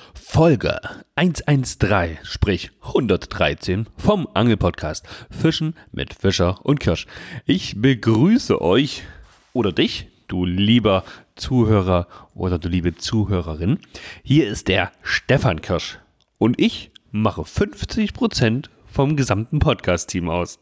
Folge 113, sprich 113 vom Angelpodcast Fischen mit Fischer und Kirsch. Ich begrüße euch oder dich, du lieber Zuhörer oder du liebe Zuhörerin. Hier ist der Stefan Kirsch und ich mache 50% vom gesamten Podcast-Team aus.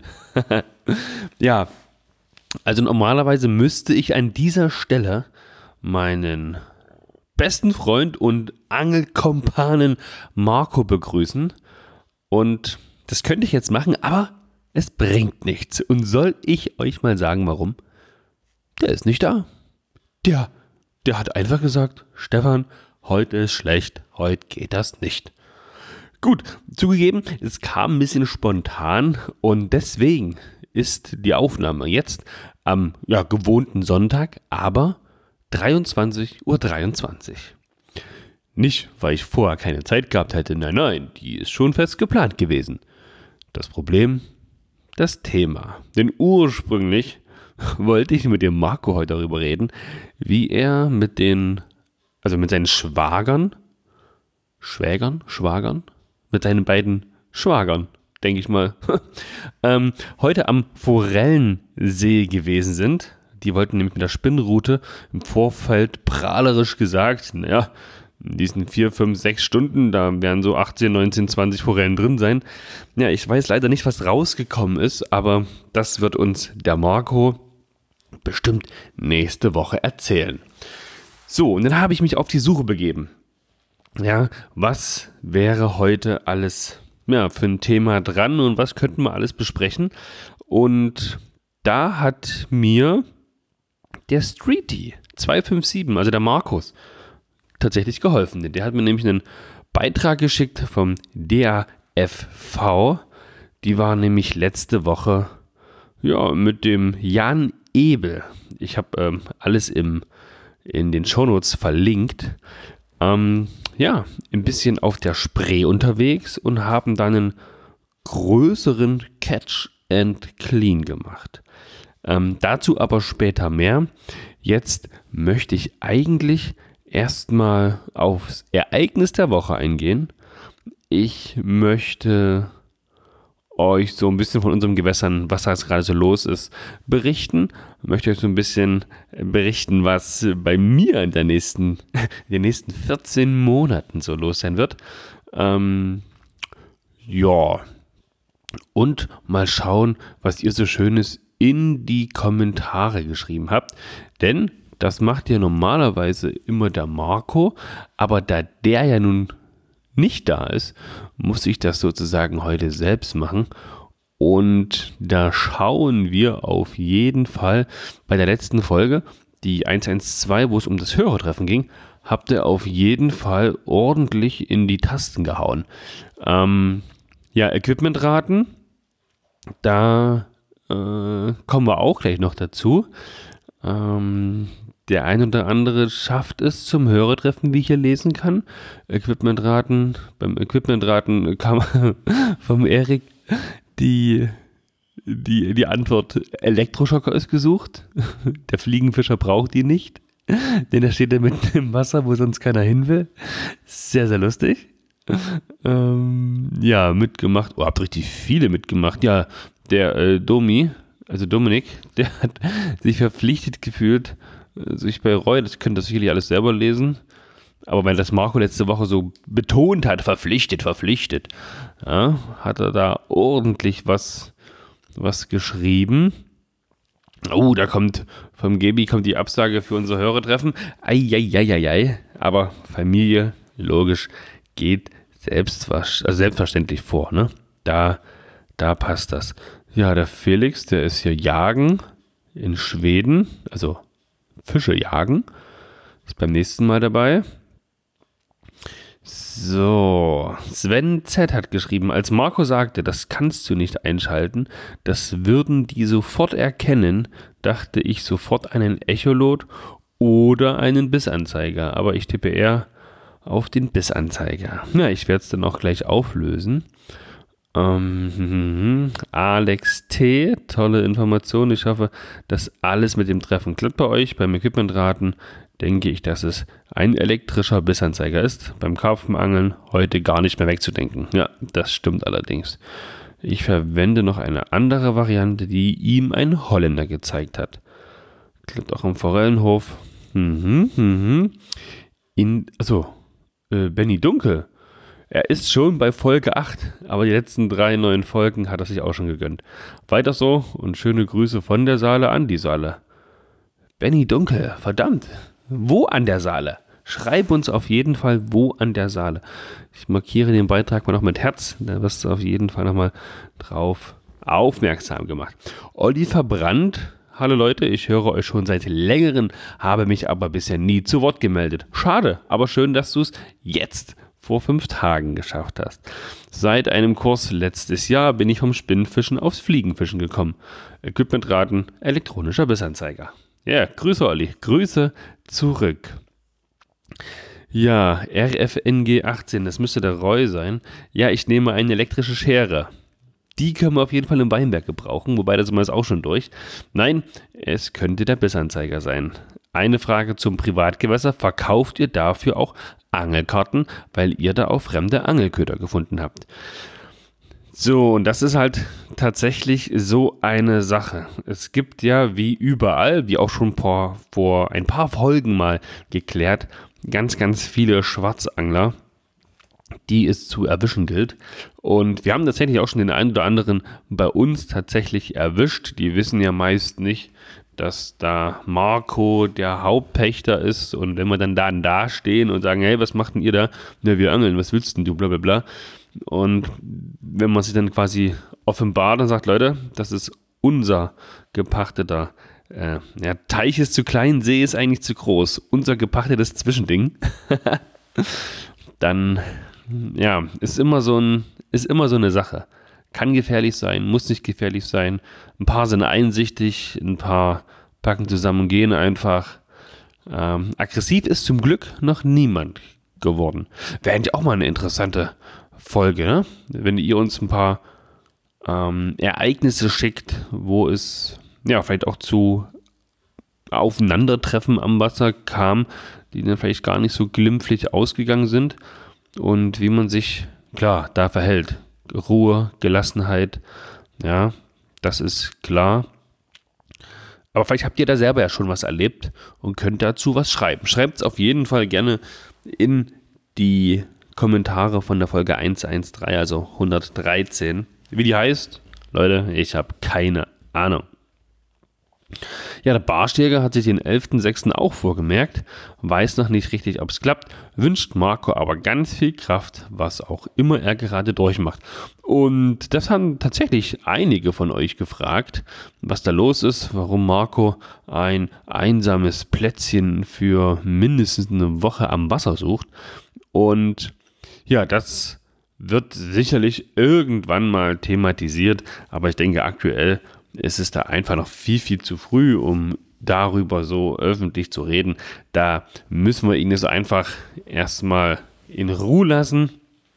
Ja, also normalerweise müsste ich an dieser Stelle meinen besten Freund und Angelkompanen Marco begrüßen. Und das könnte ich jetzt machen, aber es bringt nichts. Und soll ich euch mal sagen, warum? Der ist nicht da. Der hat einfach gesagt, Stefan, heute ist schlecht, heute geht das nicht. Gut, zugegeben, es kam ein bisschen spontan und deswegen ist die Aufnahme jetzt am gewohnten Sonntag, aber 23:23 Uhr. Nicht, weil ich vorher keine Zeit gehabt hätte, nein, die ist schon fest geplant gewesen. Das Problem, das Thema. Denn ursprünglich wollte ich mit dem Marco heute darüber reden, wie er mit seinen Schwagern, mit seinen beiden Schwagern, denke ich mal, heute am Forellensee gewesen sind. Die wollten nämlich mit der Spinnrute im Vorfeld prahlerisch gesagt, in diesen 4, 5, 6 Stunden, da werden so 18, 19, 20 Forellen drin sein. Ja, ich weiß leider nicht, was rausgekommen ist, aber das wird uns der Marco bestimmt nächste Woche erzählen. So, und dann habe ich mich auf die Suche begeben. Ja, was wäre heute alles für ein Thema dran und was könnten wir alles besprechen? Und da hat mir der Streety 257, also der Markus, tatsächlich geholfen. Der hat mir nämlich einen Beitrag geschickt vom DAFV. Die war nämlich letzte Woche mit dem Jan Ebel. Ich habe alles in den Shownotes verlinkt. Ein bisschen auf der Spree unterwegs und haben dann einen größeren Catch and Clean gemacht. Dazu aber später mehr. Jetzt möchte ich eigentlich erstmal aufs Ereignis der Woche eingehen. Ich möchte euch so ein bisschen von unseren Gewässern, was da jetzt gerade so los ist, berichten. Ich möchte euch so ein bisschen berichten, was bei mir in den nächsten 14 Monaten so los sein wird. Und mal schauen, was ihr so Schönes in die Kommentare geschrieben habt. Denn das macht ja normalerweise immer der Marco, aber da der ja nun nicht da ist, muss ich das sozusagen heute selbst machen. Und da schauen wir auf jeden Fall bei der letzten Folge, die 112, wo es um das Hörertreffen ging, habt ihr auf jeden Fall ordentlich in die Tasten gehauen. Equipmentraten, da kommen wir auch gleich noch dazu. Der ein oder andere schafft es zum Hörertreffen, wie ich hier lesen kann. Beim Equipmentraten kam vom Erik die Antwort, Elektroschocker ist gesucht. Der Fliegenfischer braucht die nicht, denn da steht er mitten im Wasser, wo sonst keiner hin will. Sehr, sehr lustig. Mitgemacht. Oh, habt richtig viele mitgemacht. Ja, der Dominik, der hat sich verpflichtet gefühlt, sich bei Roy, das könnt ihr sicherlich alles selber lesen, aber weil das Marco letzte Woche so betont hat, verpflichtet, hat er da ordentlich was geschrieben. Oh, da kommt vom Gebi die Absage für unser Hörertreffen. Aber Familie, logisch, geht selbstverständlich vor, ne? Da passt das. Ja, der Felix, der ist hier jagen in Schweden, also Fische jagen, ist beim nächsten Mal dabei. So, Sven Z. hat geschrieben, als Marco sagte, das kannst du nicht einschalten, das würden die sofort erkennen, dachte ich sofort einen Echolot oder einen Bissanzeiger, aber ich tippe eher auf den Bissanzeiger. Ja, ich werde es dann auch gleich auflösen. Alex T., tolle Information. Ich hoffe, dass alles mit dem Treffen klappt bei euch, beim Equipmentraten. denke ich, dass es ein elektrischer Bissanzeiger ist. Beim Karpfenangeln heute gar nicht mehr wegzudenken. Ja, das stimmt allerdings. Ich verwende noch eine andere Variante, die ihm ein Holländer gezeigt hat. Klappt auch am Forellenhof. Benny Dunkel. Er ist schon bei Folge 8, aber die letzten 3 neuen Folgen hat er sich auch schon gegönnt. Weiter so und schöne Grüße von der Saale an die Saale. Benny Dunkel, verdammt. Wo an der Saale? Schreib uns auf jeden Fall, wo an der Saale. Ich markiere den Beitrag mal noch mit Herz, da wirst du auf jeden Fall nochmal drauf aufmerksam gemacht. Oliver Brandt, hallo Leute, ich höre euch schon seit längerem, habe mich aber bisher nie zu Wort gemeldet. Schade, aber schön, dass du es jetzt vor 5 Tagen geschafft hast. Seit einem Kurs letztes Jahr bin ich vom Spinnfischen aufs Fliegenfischen gekommen. Equipmentraten, elektronischer Bissanzeiger. Ja, Grüße Olli, Grüße zurück. Ja, RFNG 18, das müsste der Roy sein. Ja, ich nehme eine elektrische Schere. Die können wir auf jeden Fall im Weinberg gebrauchen, wobei das ist auch schon durch. Nein, es könnte der Bissanzeiger sein. Eine Frage zum Privatgewässer. Verkauft ihr dafür auch Angelkarten, weil ihr da auch fremde Angelköder gefunden habt? So, und das ist halt tatsächlich so eine Sache. Es gibt ja wie überall, wie auch schon vor ein paar Folgen mal geklärt, ganz, ganz viele Schwarzangler, die es zu erwischen gilt. Und wir haben tatsächlich auch schon den einen oder anderen bei uns tatsächlich erwischt. Die wissen ja meist nicht, dass da Marco der Hauptpächter ist. Und wenn wir dann da stehen und sagen, hey, was macht denn ihr da? Na, wir angeln, was willst denn du, bla bla bla. Und wenn man sich dann quasi offenbart und sagt, Leute, das ist unser gepachteter Teich ist zu klein, See ist eigentlich zu groß, unser gepachtetes Zwischending, dann ja, ist immer so eine Sache. Kann gefährlich sein, muss nicht gefährlich sein. Ein paar sind einsichtig, ein paar packen zusammen und gehen einfach. Aggressiv ist zum Glück noch niemand geworden. Wäre eigentlich auch mal eine interessante Folge, ne? Wenn ihr uns ein paar Ereignisse schickt, wo es ja vielleicht auch zu Aufeinandertreffen am Wasser kam, die dann vielleicht gar nicht so glimpflich ausgegangen sind und wie man sich, klar, da verhält. Ruhe, Gelassenheit, ja, das ist klar. Aber vielleicht habt ihr da selber ja schon was erlebt und könnt dazu was schreiben. Schreibt es auf jeden Fall gerne in die Kommentare von der Folge 113, also 113. Wie die heißt, Leute, ich habe keine Ahnung. Ja, der Barstjäger hat sich den 11.06. auch vorgemerkt, weiß noch nicht richtig, ob es klappt, wünscht Marco aber ganz viel Kraft, was auch immer er gerade durchmacht. Und das haben tatsächlich einige von euch gefragt, was da los ist, warum Marco ein einsames Plätzchen für mindestens eine Woche am Wasser sucht. Und ja, das wird sicherlich irgendwann mal thematisiert, aber ich denke aktuell ist es da einfach noch viel, viel zu früh, um darüber so öffentlich zu reden. Da müssen wir ihn jetzt einfach erstmal in Ruhe lassen.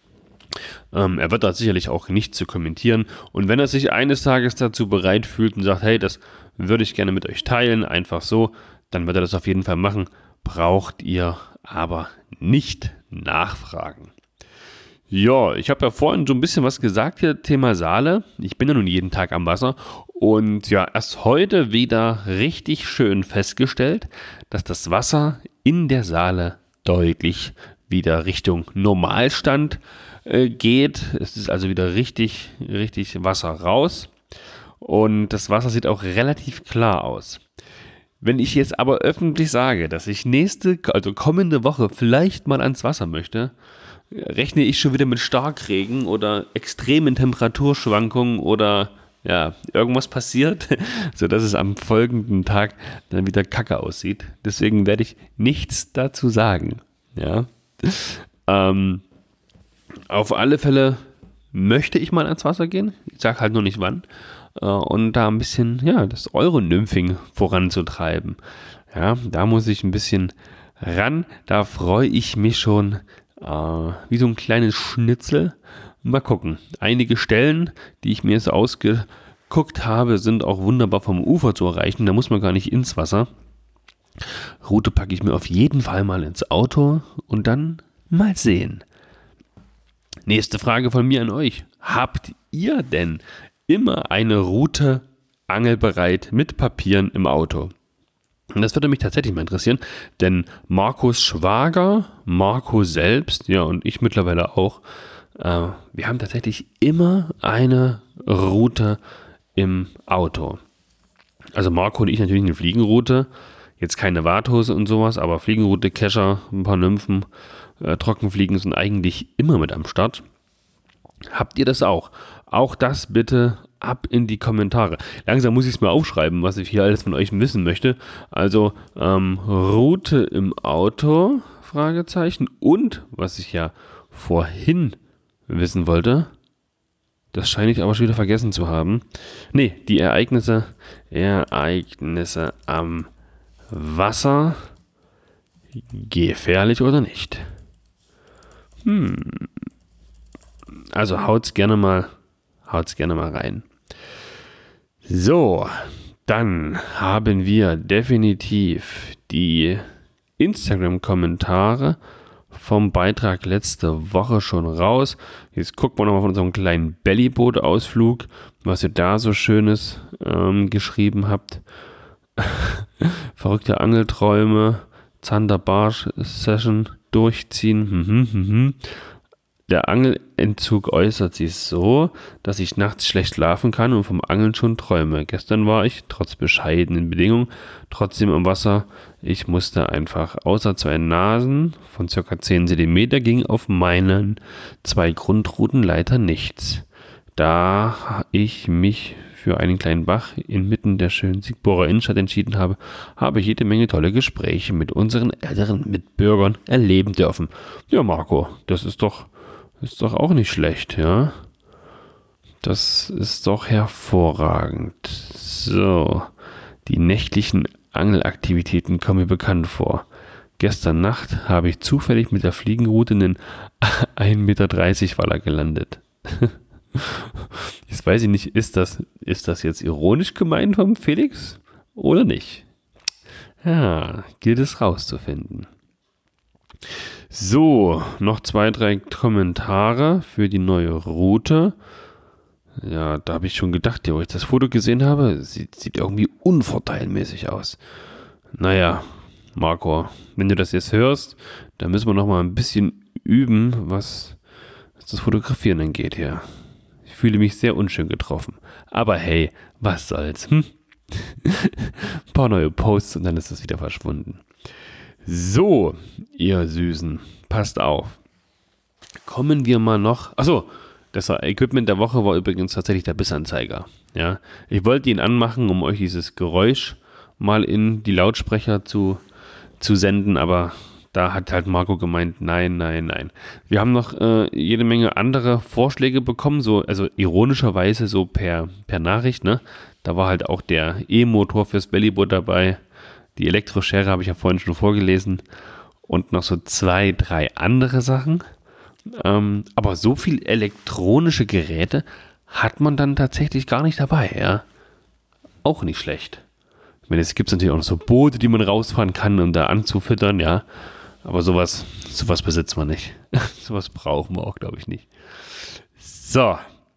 Er wird da sicherlich auch nichts zu kommentieren. Und wenn er sich eines Tages dazu bereit fühlt und sagt, hey, das würde ich gerne mit euch teilen, einfach so, dann wird er das auf jeden Fall machen. Braucht ihr aber nicht nachfragen. Ja, ich habe ja vorhin so ein bisschen was gesagt hier, Thema Saale. Ich bin ja nun jeden Tag am Wasser und ja, erst heute wieder richtig schön festgestellt, dass das Wasser in der Saale deutlich wieder Richtung Normalstand geht. Es ist also wieder richtig Wasser raus und das Wasser sieht auch relativ klar aus. Wenn ich jetzt aber öffentlich sage, dass ich kommende Woche vielleicht mal ans Wasser möchte, rechne ich schon wieder mit Starkregen oder extremen Temperaturschwankungen oder ja, irgendwas passiert, sodass es am folgenden Tag dann wieder kacke aussieht. Deswegen werde ich nichts dazu sagen. Ja. Auf alle Fälle möchte ich mal ans Wasser gehen. Ich sage halt nur nicht wann. Und da ein bisschen, ja, das Euronymphing voranzutreiben. Ja, da muss ich ein bisschen ran. Da freue ich mich schon wie so ein kleines Schnitzel. Mal gucken. Einige Stellen, die ich mir jetzt ausgeguckt habe, sind auch wunderbar vom Ufer zu erreichen. Da muss man gar nicht ins Wasser. Route packe ich mir auf jeden Fall mal ins Auto und dann mal sehen. Nächste Frage von mir an euch. Habt ihr denn immer eine Route angelbereit mit Papieren im Auto? Und das würde mich tatsächlich mal interessieren, denn Markus Schwager, Marco selbst, ja und ich mittlerweile auch, wir haben tatsächlich immer eine Route im Auto. Also Marco und ich natürlich eine Fliegenroute, jetzt keine Warthose und sowas, aber Fliegenroute, Kescher, ein paar Nymphen, Trockenfliegen sind eigentlich immer mit am Start. Habt ihr das auch? Auch das bitte ab in die Kommentare. Langsam muss ich es mir aufschreiben, was ich hier alles von euch wissen möchte. Also Route im Auto, Fragezeichen. Und, was ich ja vorhin wissen wollte, das scheine ich aber schon wieder vergessen zu haben. Nee, die Ereignisse am Wasser, gefährlich oder nicht? Also haut's gerne mal rein. So, dann haben wir definitiv die Instagram-Kommentare vom Beitrag letzte Woche schon raus. Jetzt gucken wir nochmal von unserem kleinen Bellyboot-Ausflug, was ihr da so Schönes geschrieben habt. Verrückte Angelträume, Zander-Barsch-Session durchziehen. Der Angelentzug äußert sich so, dass ich nachts schlecht schlafen kann und vom Angeln schon träume. Gestern war ich, trotz bescheidenen Bedingungen, trotzdem im Wasser. Ich musste einfach außer 2 Nasen von ca. 10 cm ging auf meinen 2 Grundrouten leider nichts. Da ich mich für einen kleinen Bach inmitten der schönen Siegburger Innenstadt entschieden habe, habe ich jede Menge tolle Gespräche mit unseren älteren Mitbürgern erleben dürfen. Ja, Marco, das ist doch auch nicht schlecht, ja. Das ist doch hervorragend. So, die nächtlichen Angelaktivitäten kommen mir bekannt vor. Gestern Nacht habe ich zufällig mit der Fliegenroute einen 1,30 Meter Waller gelandet. Jetzt weiß ich nicht, ist das jetzt ironisch gemeint vom Felix oder nicht? Ja, gilt es rauszufinden. So, noch 2, 3 Kommentare für die neue Route. Ja, da habe ich schon gedacht, wo ich das Foto gesehen habe, sieht irgendwie unvorteilmäßig aus. Naja, Marco, wenn du das jetzt hörst, dann müssen wir noch mal ein bisschen üben, was das Fotografieren angeht hier. Ich fühle mich sehr unschön getroffen. Aber hey, was soll's? Ein paar neue Posts und dann ist es wieder verschwunden. So, ihr Süßen, passt auf. Kommen wir mal noch. Achso, das Equipment der Woche war übrigens tatsächlich der Bissanzeiger. Ja, ich wollte ihn anmachen, um euch dieses Geräusch mal in die Lautsprecher zu senden, aber da hat halt Marco gemeint, nein. Wir haben noch jede Menge andere Vorschläge bekommen, also ironischerweise so per Nachricht, ne? Da war halt auch der E-Motor fürs Bellyboot dabei. Die Elektroschere habe ich ja vorhin schon vorgelesen. Und noch so 2, 3 andere Sachen. Aber so viel elektronische Geräte hat man dann tatsächlich gar nicht dabei, ja. Auch nicht schlecht. Ich meine, es gibt natürlich auch noch so Boote, die man rausfahren kann, um da anzufüttern, ja. Aber sowas besitzt man nicht. Sowas brauchen wir auch, glaube ich, nicht. So.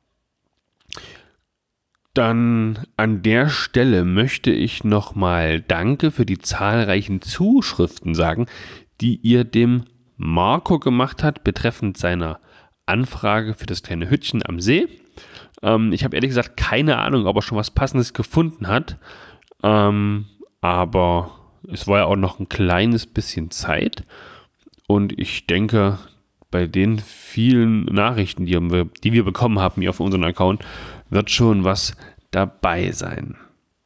Dann an der Stelle möchte ich nochmal Danke für die zahlreichen Zuschriften sagen, die ihr dem Marco gemacht hat, betreffend seiner Anfrage für das kleine Hüttchen am See. Ich habe ehrlich gesagt keine Ahnung, ob er schon was Passendes gefunden hat. Aber es war ja auch noch ein kleines bisschen Zeit. Und ich denke, bei den vielen Nachrichten, die wir bekommen haben hier auf unserem Account, wird schon was dabei sein.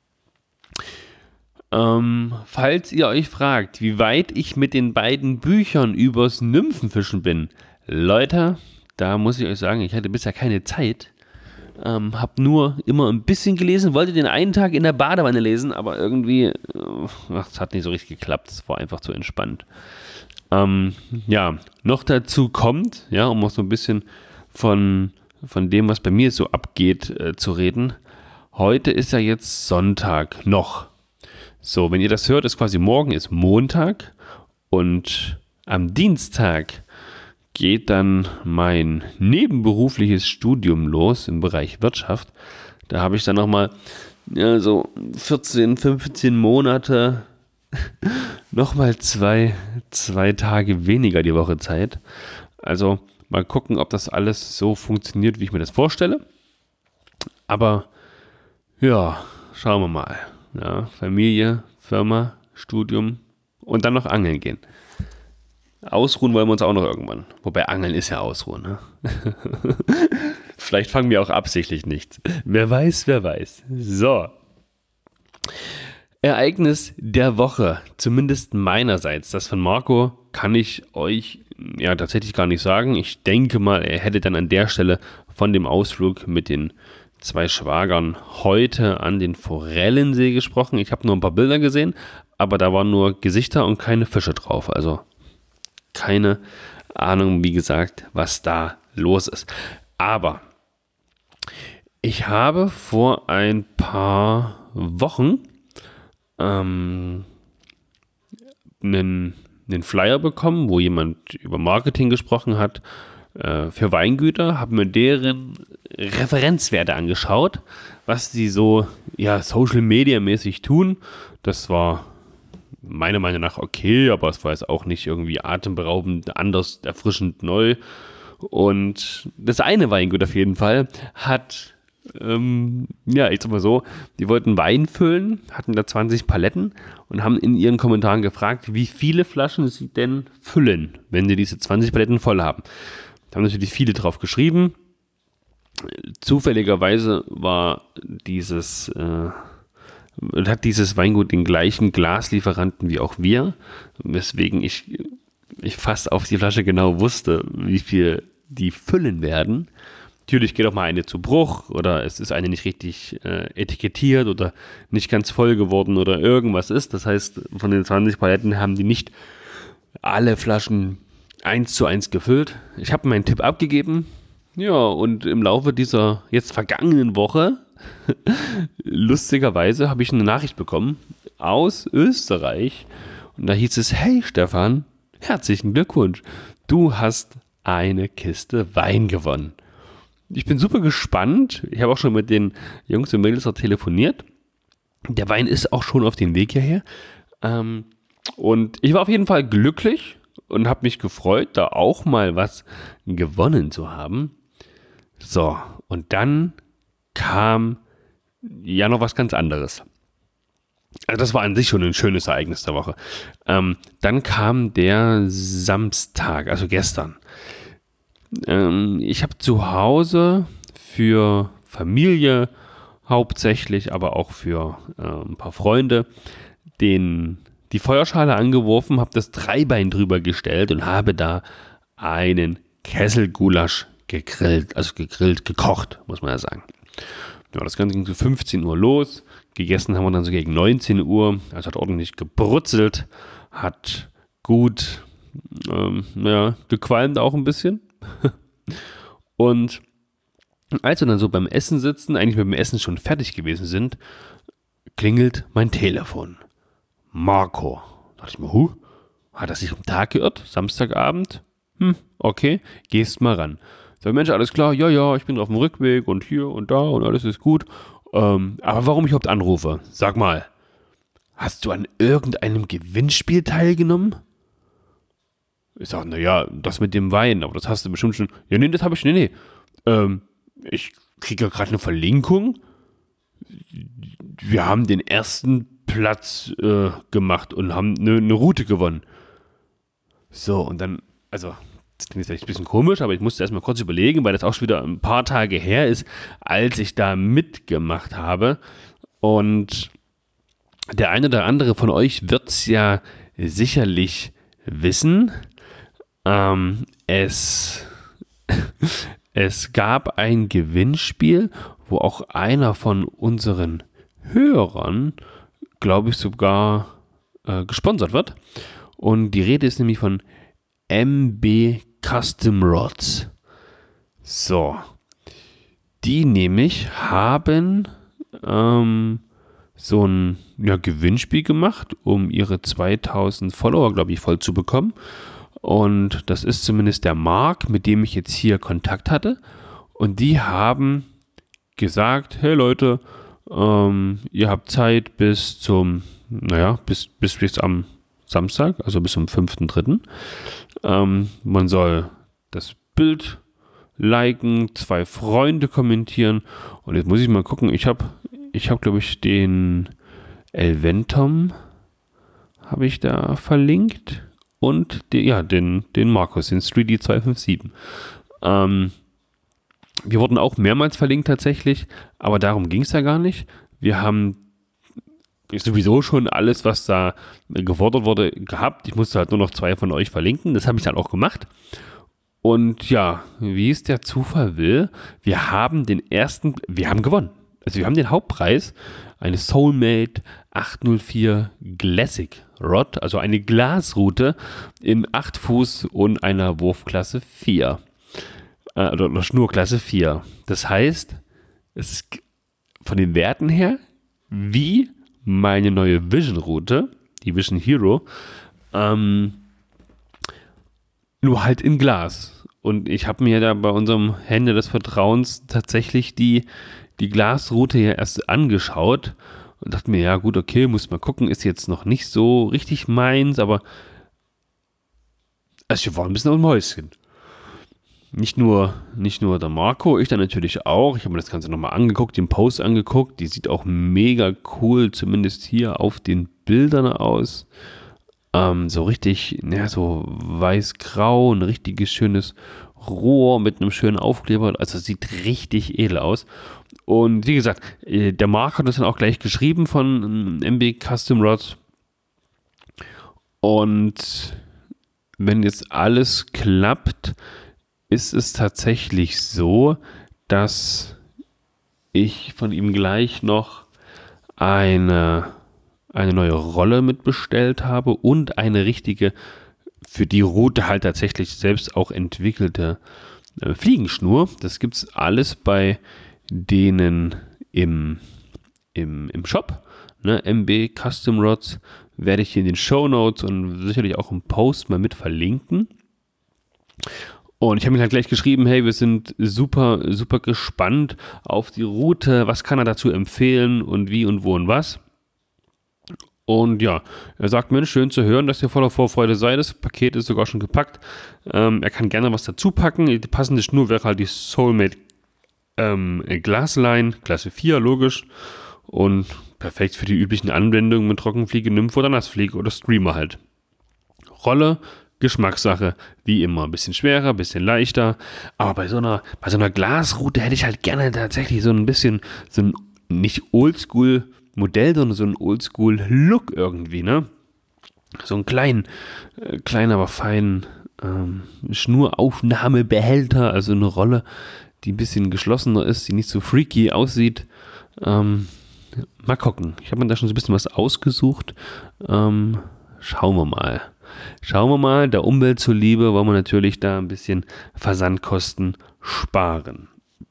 Falls ihr euch fragt, wie weit ich mit den beiden Büchern übers Nymphenfischen bin, Leute, da muss ich euch sagen, ich hatte bisher keine Zeit. Hab nur immer ein bisschen gelesen, wollte den einen Tag in der Badewanne lesen, aber irgendwie, es hat nicht so richtig geklappt, es war einfach zu entspannt. Ja, noch dazu kommt, ja, um auch so ein bisschen von dem, was bei mir so abgeht, zu reden. Heute ist ja jetzt Sonntag noch. So, wenn ihr das hört, ist quasi morgen ist Montag und am Dienstag geht dann mein nebenberufliches Studium los im Bereich Wirtschaft. Da habe ich dann nochmal so 14, 15 Monate, nochmal zwei Tage weniger die Woche Zeit. Also mal gucken, ob das alles so funktioniert, wie ich mir das vorstelle. Aber ja, schauen wir mal. Ja, Familie, Firma, Studium und dann noch angeln gehen. Ausruhen wollen wir uns auch noch irgendwann. Wobei Angeln ist ja Ausruhen. Ne? Vielleicht fangen wir auch absichtlich nichts. Wer weiß, wer weiß. So. Ereignis der Woche, zumindest meinerseits. Das von Marco kann ich euch ja tatsächlich gar nicht sagen. Ich denke mal, er hätte dann an der Stelle von dem Ausflug mit den 2 Schwagern heute an den Forellensee gesprochen. Ich habe nur ein paar Bilder gesehen, aber da waren nur Gesichter und keine Fische drauf. Also keine Ahnung, wie gesagt, was da los ist. Aber ich habe vor ein paar Wochen einen Flyer bekommen, wo jemand über Marketing gesprochen hat für Weingüter, habe mir deren Referenzwerte angeschaut, was die so Social Media mäßig tun. Das war meiner Meinung nach okay, aber es war jetzt auch nicht irgendwie atemberaubend, anders, erfrischend neu. Und das eine Weingut auf jeden Fall hat, ich sag mal so, die wollten Wein füllen, hatten da 20 Paletten und haben in ihren Kommentaren gefragt, wie viele Flaschen sie denn füllen, wenn sie diese 20 Paletten voll haben. Da haben natürlich viele drauf geschrieben. Zufälligerweise hat dieses Weingut den gleichen Glaslieferanten wie auch wir, weswegen ich fast auf die Flasche genau wusste, wie viel die füllen werden. Natürlich geht auch mal eine zu Bruch oder es ist eine nicht richtig etikettiert oder nicht ganz voll geworden oder irgendwas ist. Das heißt, von den 20 Paletten haben die nicht alle Flaschen 1:1 gefüllt. Ich habe meinen Tipp abgegeben. Ja, und im Laufe dieser jetzt vergangenen Woche, lustigerweise, habe ich eine Nachricht bekommen aus Österreich. Und da hieß es, hey Stefan, herzlichen Glückwunsch. Du hast eine Kiste Wein gewonnen. Ich bin super gespannt. Ich habe auch schon mit den Jungs und Mädels telefoniert. Der Wein ist auch schon auf dem Weg hierher. Und ich war auf jeden Fall glücklich und habe mich gefreut, da auch mal was gewonnen zu haben. So, und dann kam ja noch was ganz anderes. Also das war an sich schon ein schönes Ereignis der Woche. Dann kam der Samstag, also gestern. Ich habe zu Hause für Familie hauptsächlich, aber auch für ein paar Freunde die Feuerschale angeworfen, habe das Dreibein drüber gestellt und habe da einen Kesselgulasch gekocht, muss man ja sagen. Ja, das Ganze ging so 15 Uhr los. Gegessen haben wir dann so gegen 19 Uhr. Also hat ordentlich gebrutzelt, hat gut, gequalmt auch ein bisschen. Und als wir dann so beim Essen sitzen, eigentlich mit dem Essen schon fertig gewesen sind, klingelt mein Telefon. Marco. Da dachte ich mir, hat er sich am Tag geirrt? Samstagabend? Okay, gehst mal ran. Sag, Mensch, alles klar, ja, ich bin auf dem Rückweg und hier und da und alles ist gut. Aber warum ich überhaupt anrufe? Sag mal, hast du an irgendeinem Gewinnspiel teilgenommen? Ich sag, naja, das mit dem Wein, aber das hast du bestimmt schon. Ja, nee, das habe ich, nee. Ich kriege ja gerade eine Verlinkung. Wir haben den ersten Platz gemacht und haben eine Route gewonnen. So, und dann, also, das klingt jetzt vielleicht ein bisschen komisch, aber ich musste erstmal kurz überlegen, weil das auch schon wieder ein paar Tage her ist, als ich da mitgemacht habe. Und der eine oder andere von euch wird es ja sicherlich wissen. Es gab ein Gewinnspiel, wo auch einer von unseren Hörern, glaube ich, sogar gesponsert wird. Und die Rede ist nämlich von MB Custom Rods. So. Die nämlich haben so ein Gewinnspiel gemacht, um ihre 2000 Follower, glaube ich, voll zu bekommen. Und das ist zumindest der Marc, mit dem ich jetzt hier Kontakt hatte. Und die haben gesagt, hey Leute, ihr habt Zeit bis zum, bis am Samstag, also bis zum 5.3. Man soll das Bild liken, 2 Freunde kommentieren. Und jetzt muss ich mal gucken, ich habe, glaube ich, den Elventom habe ich da verlinkt und den Markus, den 3D257. Wir wurden auch mehrmals verlinkt tatsächlich, aber darum ging es ja gar nicht. Wir haben sowieso schon alles, was da gefordert wurde, gehabt. Ich musste halt nur noch 2 von euch verlinken. Das habe ich dann auch gemacht. Und ja, wie es der Zufall will, wir haben gewonnen. Also wir haben den Hauptpreis, eine Soulmate 804 Classic Rod, also eine Glasrute in 8 Fuß und einer Wurfklasse 4. Oder Schnurklasse 4. Das heißt, es ist von den Werten her wie meine neue Vision-Route, die Vision Hero, nur halt in Glas. Und ich habe mir da bei unserem Händler des Vertrauens tatsächlich die Glasrute ja erst angeschaut und dachte mir, ja gut, okay, muss mal gucken, ist jetzt noch nicht so richtig meins, aber also wir waren ein bisschen auf dem Häuschen. Nicht nur der Marco, ich dann natürlich auch. Ich habe mir das Ganze nochmal angeguckt, den Post angeguckt. Die sieht auch mega cool, zumindest hier auf den Bildern aus. So richtig, so weiß-grau, ein richtiges schönes Rohr mit einem schönen Aufkleber. Also sieht richtig edel aus. Und wie gesagt, der Marc hat uns dann auch gleich geschrieben von MB Custom Rods. Und wenn jetzt alles klappt, ist es tatsächlich so, dass ich von ihm gleich noch eine neue Rolle mitbestellt habe und eine richtige, für die Route halt tatsächlich selbst auch entwickelte Fliegenschnur. Das gibt es alles bei denen im Shop. MB Custom Rods werde ich hier in den Shownotes und sicherlich auch im Post mal mit verlinken. Und ich habe ihm halt gleich geschrieben, hey, wir sind super, super gespannt auf die Route. Was kann er dazu empfehlen und wie und wo und was? Und ja, er sagt, Mensch, schön zu hören, dass ihr voller Vorfreude seid. Das Paket ist sogar schon gepackt. Er kann gerne was dazu packen. Die passende Schnur wäre halt die Soulmate Glassline, Klasse 4, logisch. Und perfekt für die üblichen Anwendungen mit Trockenfliege, Nymphe oder Nassfliege oder Streamer halt. Rolle, Geschmackssache, wie immer. Ein bisschen schwerer, ein bisschen leichter. Aber bei so einer Glasrute hätte ich halt gerne tatsächlich so ein bisschen, so ein nicht Oldschool-Modell, sondern so ein Oldschool-Look irgendwie, ne? So einen kleinen, aber feinen Schnuraufnahmebehälter, also eine Rolle, die ein bisschen geschlossener ist, die nicht so freaky aussieht. Mal gucken. Ich habe mir da schon so ein bisschen was ausgesucht. Schauen wir mal. Der Umwelt zuliebe wollen wir natürlich da ein bisschen Versandkosten sparen.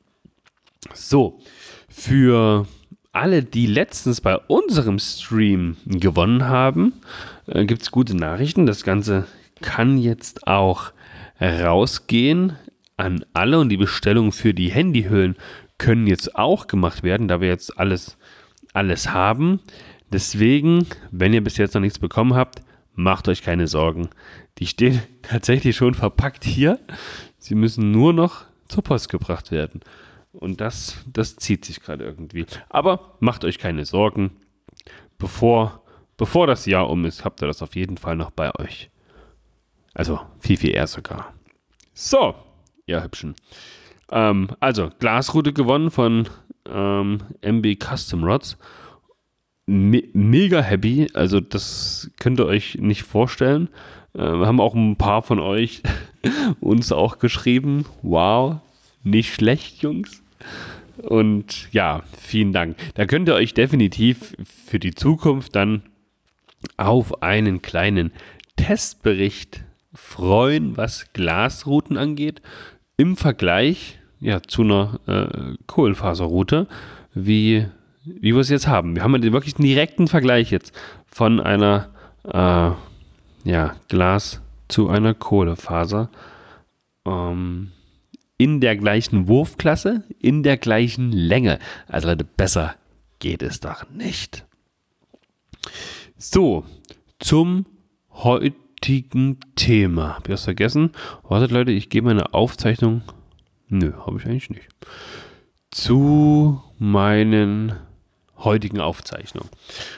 So, für alle, die letztens bei unserem Stream gewonnen haben, gibt es gute Nachrichten. Das Ganze kann jetzt auch rausgehen an alle und die Bestellungen für die Handyhüllen können jetzt auch gemacht werden, da wir jetzt alles haben. Deswegen, wenn ihr bis jetzt noch nichts bekommen habt, macht euch keine Sorgen. Die stehen tatsächlich schon verpackt hier. Sie müssen nur noch zur Post gebracht werden. Und das zieht sich gerade irgendwie. Aber macht euch keine Sorgen. Bevor das Jahr um ist, habt ihr das auf jeden Fall noch bei euch. Also viel, viel eher sogar. So, ihr Hübschen. Also, Glasrute gewonnen von MB Custom Rods. Mega happy, also das könnt ihr euch nicht vorstellen. Haben auch ein paar von euch uns auch geschrieben. Wow, nicht schlecht, Jungs. Und ja, vielen Dank. Da könnt ihr euch definitiv für die Zukunft dann auf einen kleinen Testbericht freuen, was Glasrouten angeht. Im Vergleich zu einer Kohlenfaserroute, wie wie wir es jetzt haben. Wir haben wirklich einen direkten Vergleich jetzt von einer Glas zu einer Kohlefaser. In der gleichen Wurfklasse, in der gleichen Länge. Also Leute, besser geht es doch nicht. So, zum heutigen Thema. Hab ich das vergessen? Wartet Leute, ich gebe meine Aufzeichnung. Nö, habe ich eigentlich nicht. Zu meinen heutigen Aufzeichnungen.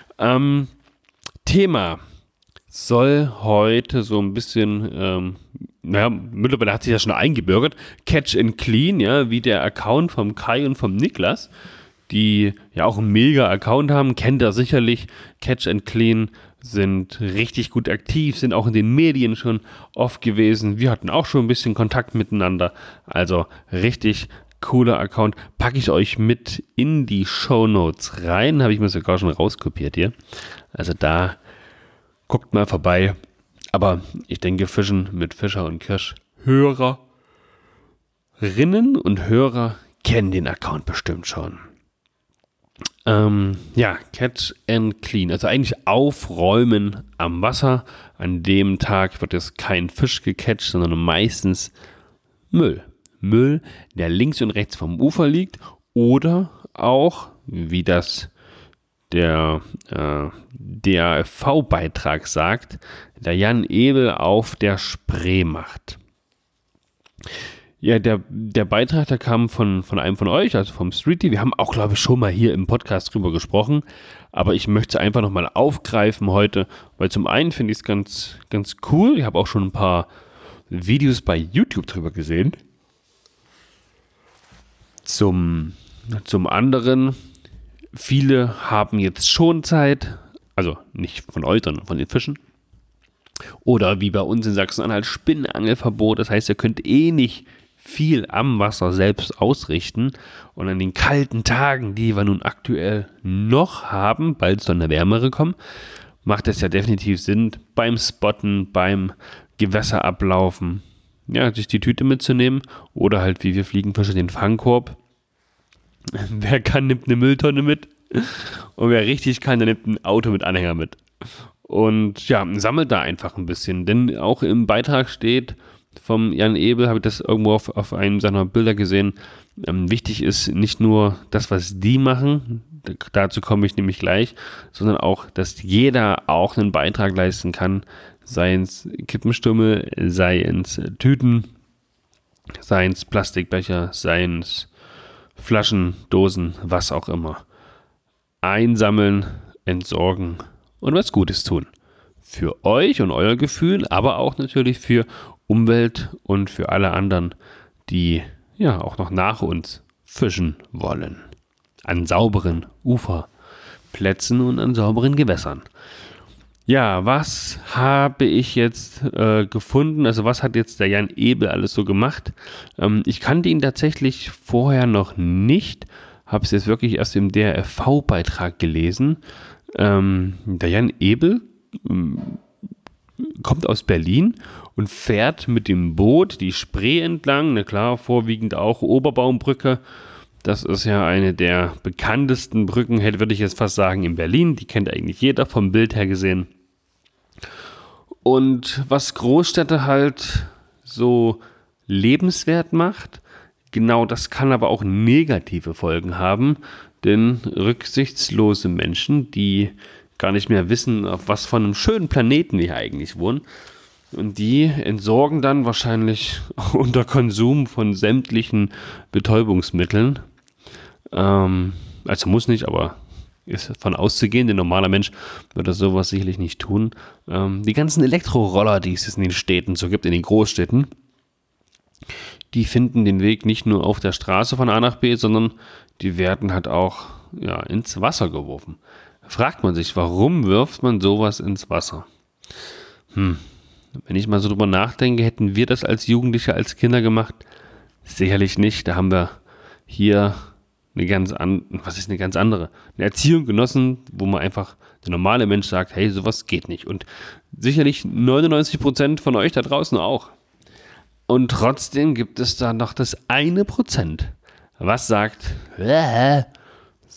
Thema soll heute so ein bisschen, mittlerweile hat sich das schon eingebürgert, Catch and Clean, ja, wie der Account vom Kai und vom Niklas, die ja auch einen Mega-Account haben, kennt ihr sicherlich. Catch and Clean sind richtig gut aktiv, sind auch in den Medien schon oft gewesen. Wir hatten auch schon ein bisschen Kontakt miteinander, also richtig cooler Account. Packe ich euch mit in die Shownotes rein, habe ich mir sogar schon rauskopiert hier. Also da guckt mal vorbei. Aber ich denke, Fischen mit Fischer und Kirsch. Hörerinnen und Hörer kennen den Account bestimmt schon. Catch and Clean. Also eigentlich aufräumen am Wasser. An dem Tag wird jetzt kein Fisch gecatcht, sondern meistens Müll. Müll, der links und rechts vom Ufer liegt. Oder auch, wie das der DAV-Beitrag sagt, der Jan Ebel auf der Spree macht. Ja, der Beitrag, der kam von einem von euch, also vom Streety. Wir haben auch, glaube ich, schon mal hier im Podcast drüber gesprochen, aber ich möchte es einfach nochmal aufgreifen heute, weil zum einen finde ich es ganz, ganz cool. Ich habe auch schon ein paar Videos bei YouTube drüber gesehen. Zum anderen, viele haben jetzt schon Zeit, also nicht von euch, sondern von den Fischen. Oder wie bei uns in Sachsen-Anhalt Spinnenangelverbot. Das heißt, ihr könnt nicht viel am Wasser selbst ausrichten. Und an den kalten Tagen, die wir nun aktuell noch haben, bald soll eine wärmere kommen, macht es ja definitiv Sinn, beim Spotten, beim Gewässer ablaufen, ja, sich die Tüte mitzunehmen. Oder halt wie wir Fliegenfische den Fangkorb. Wer kann, nimmt eine Mülltonne mit. Und wer richtig kann, der nimmt ein Auto mit Anhänger mit. Und ja, sammelt da einfach ein bisschen. Denn auch im Beitrag steht vom Jan Ebel, habe ich das irgendwo auf einem seiner Bilder gesehen, wichtig ist nicht nur das, was die machen, dazu komme ich nämlich gleich, sondern auch, dass jeder auch einen Beitrag leisten kann, sei es Kippenstummel, sei es Tüten, sei es Plastikbecher, sei es Flaschen, Dosen, was auch immer. Einsammeln, entsorgen und was Gutes tun. Für euch und euer Gefühl, aber auch natürlich für Umwelt und für alle anderen, die ja auch noch nach uns fischen wollen. An sauberen Uferplätzen und an sauberen Gewässern. Ja, was habe ich jetzt gefunden? Also was hat jetzt der Jan Ebel alles so gemacht? Ich kannte ihn tatsächlich vorher noch nicht. Habe es jetzt wirklich erst im DRV-Beitrag gelesen. Der Jan Ebel kommt aus Berlin und fährt mit dem Boot die Spree entlang. Na klar, vorwiegend auch Oberbaumbrücke. Das ist ja eine der bekanntesten Brücken, würde ich jetzt fast sagen, in Berlin. Die kennt eigentlich jeder vom Bild her gesehen. Und was Großstädte halt so lebenswert macht, genau das kann aber auch negative Folgen haben. Denn rücksichtslose Menschen, die gar nicht mehr wissen, auf was von einem schönen Planeten wir eigentlich wohnen, und die entsorgen dann wahrscheinlich unter Konsum von sämtlichen Betäubungsmitteln. Also muss nicht, aber ist davon auszugehen, der normale Mensch würde sowas sicherlich nicht tun. Die ganzen Elektroroller, die es in den Städten so gibt, in den Großstädten, die finden den Weg nicht nur auf der Straße von A nach B, sondern die werden halt auch ins Wasser geworfen. Fragt man sich, warum wirft man sowas ins Wasser? Wenn ich mal so drüber nachdenke, hätten wir das als Jugendliche, als Kinder gemacht? Sicherlich nicht. Da haben wir hier eine ganz andere Erziehung genossen, wo man einfach, der normale Mensch sagt, hey, sowas geht nicht. Und sicherlich 99% von euch da draußen auch. Und trotzdem gibt es da noch das 1%, was sagt,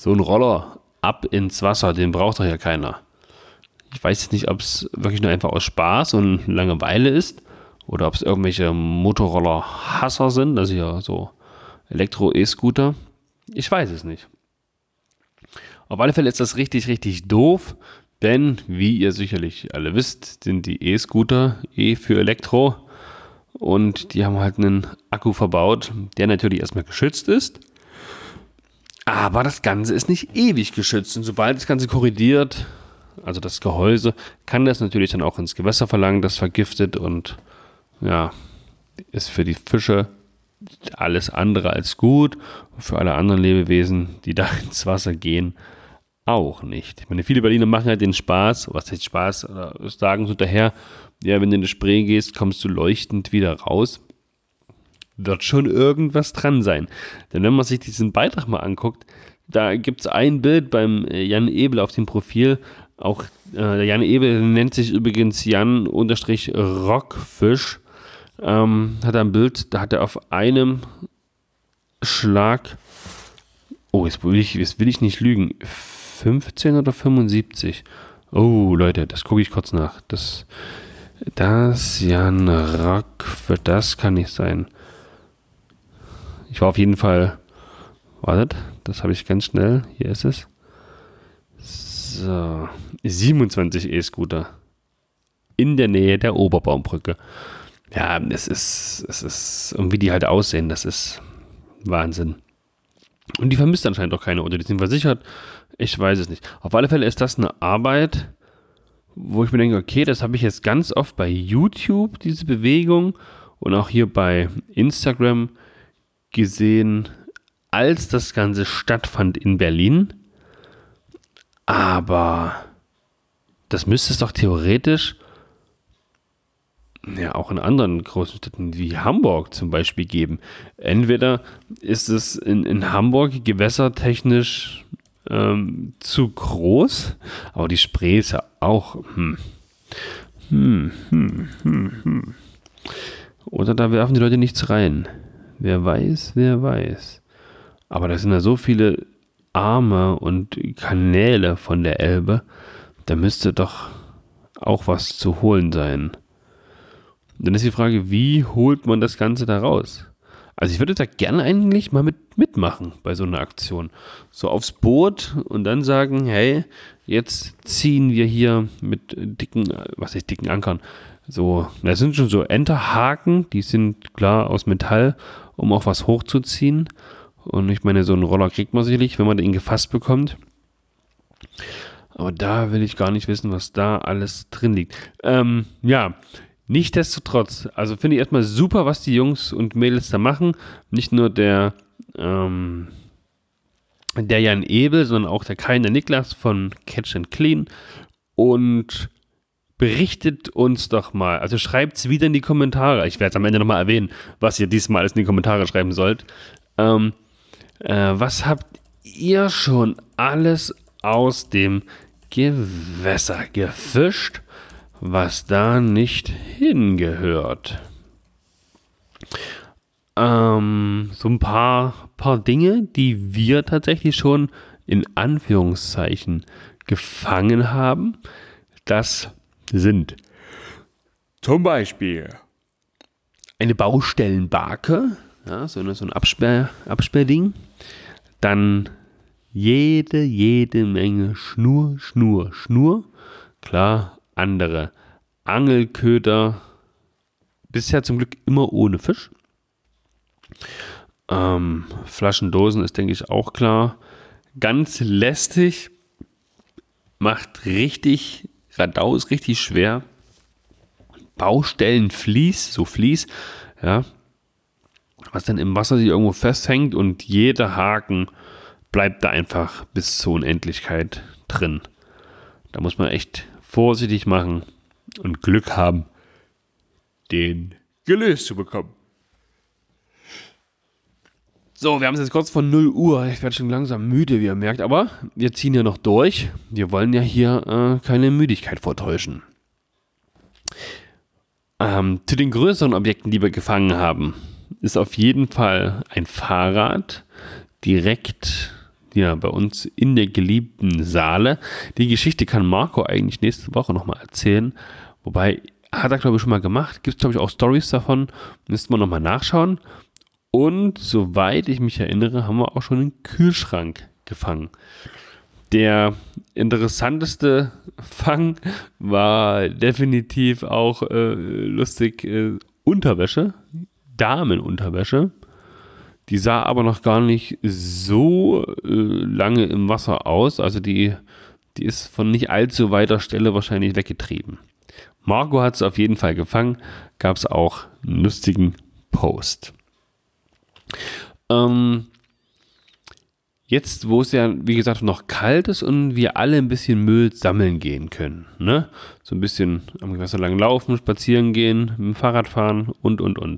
so ein Roller ab ins Wasser, den braucht doch ja keiner. Ich weiß jetzt nicht, ob es wirklich nur einfach aus Spaß und Langeweile ist oder ob es irgendwelche Motorroller-Hasser sind, also ja so Elektro-E-Scooter. Ich weiß es nicht. Auf alle Fälle ist das richtig, richtig doof, denn wie ihr sicherlich alle wisst, sind die E-Scooter für Elektro und die haben halt einen Akku verbaut, der natürlich erstmal geschützt ist, aber das Ganze ist nicht ewig geschützt und sobald das Ganze korrodiert, also das Gehäuse, kann das natürlich dann auch ins Gewässer verlangen, das vergiftet und ja, ist für die Fische alles andere als gut, für alle anderen Lebewesen, die da ins Wasser gehen, auch nicht. Ich meine, viele Berliner machen halt den Spaß, was heißt Spaß, oder sagen so hinterher, ja, wenn du in die Spree gehst, kommst du leuchtend wieder raus. Wird schon irgendwas dran sein. Denn wenn man sich diesen Beitrag mal anguckt, da gibt es ein Bild beim Jan Ebel auf dem Profil, auch der Jan Ebel nennt sich übrigens Jan-Rockfisch, hat er ein Bild, da hat er auf einem Schlag, oh, jetzt will ich nicht lügen, 15 oder 75. Oh, Leute, das gucke ich kurz nach. Das Jan Rockfisch, das kann nicht sein. Ich war auf jeden Fall, wartet, das habe ich ganz schnell, hier ist es. So, 27 E-Scooter in der Nähe der Oberbaumbrücke. Ja, es ist, und wie die halt aussehen, das ist Wahnsinn. Und die vermisst anscheinend auch keine oder die sind versichert. Ich weiß es nicht. Auf alle Fälle ist das eine Arbeit, wo ich mir denke, okay, das habe ich jetzt ganz oft bei YouTube, diese Bewegung, und auch hier bei Instagram gesehen, als das Ganze stattfand in Berlin. Aber das müsste es doch theoretisch ja auch in anderen großen Städten wie Hamburg zum Beispiel geben. Entweder ist es in Hamburg gewässertechnisch zu groß, aber die Spree ist ja auch Oder da werfen die Leute nichts rein. Wer weiß, wer weiß. Aber da sind ja so viele Arme und Kanäle von der Elbe, da müsste doch auch was zu holen sein. Dann ist die Frage, wie holt man das Ganze da raus? Also ich würde da gerne eigentlich mal mitmachen bei so einer Aktion. So aufs Boot und dann sagen, hey, jetzt ziehen wir hier mit dicken Ankern. So, das sind schon so Enterhaken, die sind klar aus Metall, um auch was hochzuziehen. Und ich meine, so einen Roller kriegt man sicherlich, wenn man ihn gefasst bekommt. Aber da will ich gar nicht wissen, was da alles drin liegt. Ja, nichtsdestotrotz, also finde ich erstmal super, was die Jungs und Mädels da machen. Nicht nur der Jan Ebel, sondern auch der Kai und der Niklas von Catch and Clean. Und berichtet uns doch mal, also schreibt es wieder in die Kommentare. Ich werde es am Ende nochmal erwähnen, was ihr diesmal alles in die Kommentare schreiben sollt. Was habt ihr schon alles aus dem Gewässer gefischt, was da nicht hingehört? So ein paar Dinge, die wir tatsächlich schon in Anführungszeichen gefangen haben. Das sind zum Beispiel eine Baustellenbarke, ja, so ein Absperrding. Dann jede Menge Schnur. Klar, andere Angelköder. Bisher zum Glück immer ohne Fisch. Flaschen, Dosen ist, denke ich, auch klar. Ganz lästig. Macht richtig Radaus, richtig schwer. Baustellenvlies, ja, was dann im Wasser sich irgendwo festhängt und jeder Haken bleibt da einfach bis zur Unendlichkeit drin. Da muss man echt vorsichtig machen und Glück haben, den gelöst zu bekommen. So, wir haben es jetzt kurz vor 0 Uhr. Ich werde schon langsam müde, wie ihr merkt, aber wir ziehen ja noch durch. Wir wollen ja hier keine Müdigkeit vortäuschen. Zu den größeren Objekten, die wir gefangen haben, ist auf jeden Fall ein Fahrrad direkt ja, bei uns in der geliebten Saale. Die Geschichte kann Marco eigentlich nächste Woche nochmal erzählen. Wobei, hat er glaube ich schon mal gemacht. Gibt es glaube ich auch Stories davon. Müssten wir nochmal nachschauen. Und soweit ich mich erinnere, haben wir auch schon einen Kühlschrank gefangen. Der interessanteste Fang war definitiv auch lustig Unterwäsche, Damenunterwäsche. Die sah aber noch gar nicht so lange im Wasser aus. Also die ist von nicht allzu weiter Stelle wahrscheinlich weggetrieben. Marco hat es auf jeden Fall gefangen. Gab es auch einen lustigen Post. Jetzt, wo es ja, wie gesagt, noch kalt ist und wir alle ein bisschen Müll sammeln gehen können, ne? So ein bisschen am Gewässer lang laufen, spazieren gehen, mit dem Fahrrad fahren und.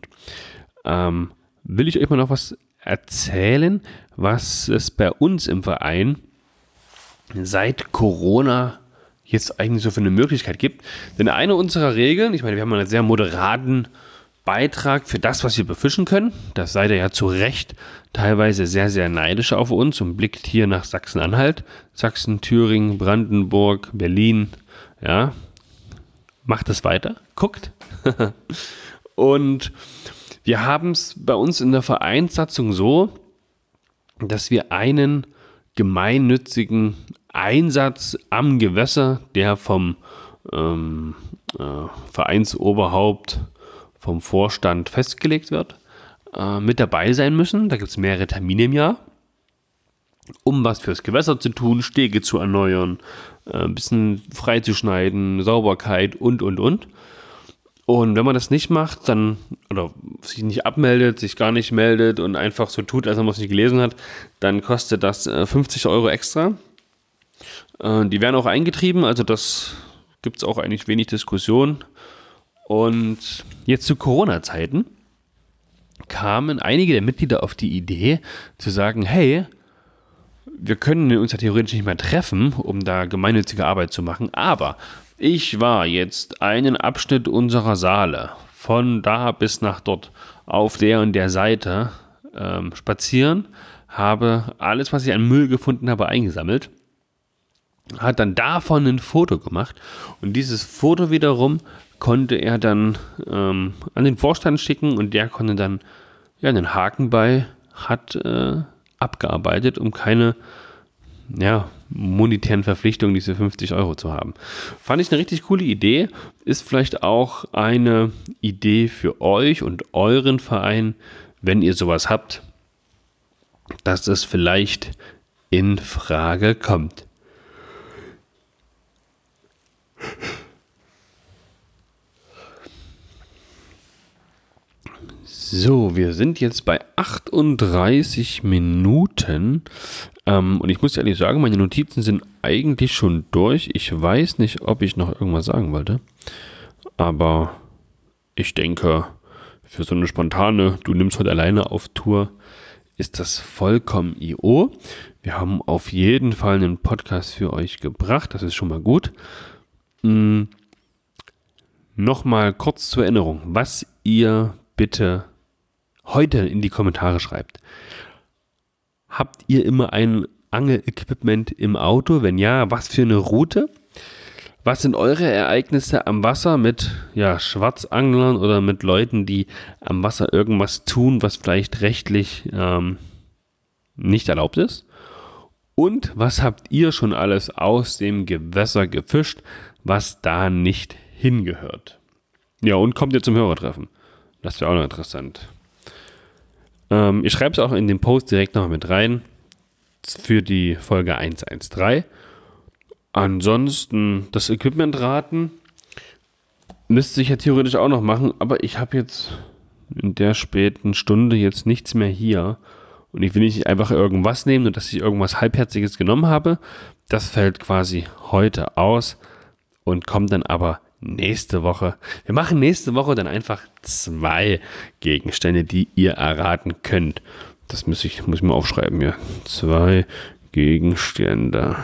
Will ich euch mal noch was erzählen, was es bei uns im Verein seit Corona jetzt eigentlich so für eine Möglichkeit gibt. Denn eine unserer Regeln, ich meine, wir haben einen sehr moderaten Beitrag für das, was wir befischen können. Das seid ihr ja zu Recht teilweise sehr, sehr neidisch auf uns und blickt hier nach Sachsen-Anhalt, Sachsen, Thüringen, Brandenburg, Berlin. Ja, macht es weiter, guckt. Und wir haben es bei uns in der Vereinssatzung so, dass wir einen gemeinnützigen Einsatz am Gewässer, der vom Vereinsoberhaupt, vom Vorstand festgelegt wird, mit dabei sein müssen. Da gibt es mehrere Termine im Jahr, um was fürs Gewässer zu tun, Stege zu erneuern, ein bisschen freizuschneiden, Sauberkeit und. Und wenn man das nicht macht, dann, oder sich nicht abmeldet, sich gar nicht meldet und einfach so tut, als ob man es nicht gelesen hat, dann kostet das 50 Euro extra. Die werden auch eingetrieben, also das gibt es auch eigentlich wenig Diskussion. Und jetzt zu Corona-Zeiten kamen einige der Mitglieder auf die Idee zu sagen, hey, wir können uns ja theoretisch nicht mehr treffen, um da gemeinnützige Arbeit zu machen, aber ich war jetzt einen Abschnitt unserer Saale von da bis nach dort auf der und der Seite spazieren, habe alles, was ich an Müll gefunden habe, eingesammelt, hat dann davon ein Foto gemacht und dieses Foto wiederum konnte er dann an den Vorstand schicken und der konnte dann einen Haken bei, hat abgearbeitet, um keine monetären Verpflichtungen, diese 50 Euro zu haben. Fand ich eine richtig coole Idee, ist vielleicht auch eine Idee für euch und euren Verein, wenn ihr sowas habt, dass es vielleicht in Frage kommt. So, wir sind jetzt bei 38 Minuten und ich muss ehrlich sagen, meine Notizen sind eigentlich schon durch. Ich weiß nicht, ob ich noch irgendwas sagen wollte, aber ich denke, für so eine spontane, du nimmst heute alleine auf Tour, ist das vollkommen IO. Wir haben auf jeden Fall einen Podcast für euch gebracht, das ist schon mal gut. Nochmal kurz zur Erinnerung, was ihr bitte heute in die Kommentare schreibt. Habt ihr immer ein Angel-Equipment im Auto? Wenn ja, was für eine Route? Was sind eure Ereignisse am Wasser mit Schwarzanglern oder mit Leuten, die am Wasser irgendwas tun, was vielleicht rechtlich nicht erlaubt ist? Und was habt ihr schon alles aus dem Gewässer gefischt, was da nicht hingehört? Ja, und kommt ihr zum Hörertreffen? Das wäre auch noch interessant. Ich schreibe es auch in den Post direkt noch mit rein für die Folge 113. Ansonsten das Equipment raten müsste ich ja theoretisch auch noch machen, aber ich habe jetzt in der späten Stunde jetzt nichts mehr hier und ich will nicht einfach irgendwas nehmen, nur dass ich irgendwas Halbherziges genommen habe. Das fällt quasi heute aus und kommt dann aber nächste Woche. Wir machen nächste Woche dann einfach 2 Gegenstände, die ihr erraten könnt. Das muss ich mal aufschreiben hier. 2 Gegenstände.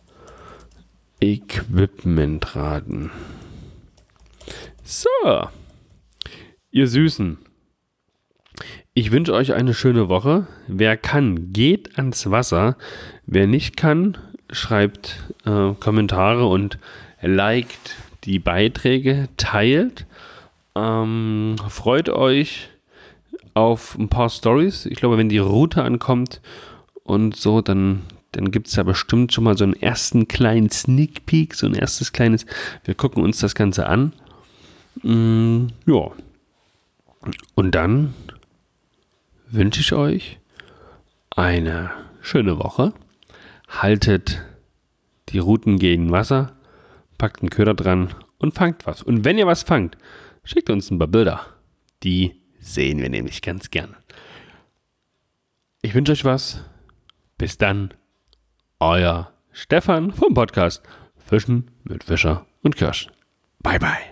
Equipment raten. So. Ihr Süßen. Ich wünsche euch eine schöne Woche. Wer kann, geht ans Wasser. Wer nicht kann, schreibt Kommentare und liked die Beiträge, teilt. Freut euch auf ein paar Stories. Ich glaube, wenn die Route ankommt und so, dann gibt es da bestimmt schon mal so einen ersten kleinen Sneak Peek, so ein erstes kleines, wir gucken uns das Ganze an. Ja. Und dann wünsche ich euch eine schöne Woche. Haltet die Routen gegen Wasser, packt einen Köder dran und fangt was. Und wenn ihr was fangt, schickt uns ein paar Bilder. Die sehen wir nämlich ganz gern. Ich wünsche euch was. Bis dann. Euer Stefan vom Podcast Fischen mit Fischer und Kirsch. Bye, bye.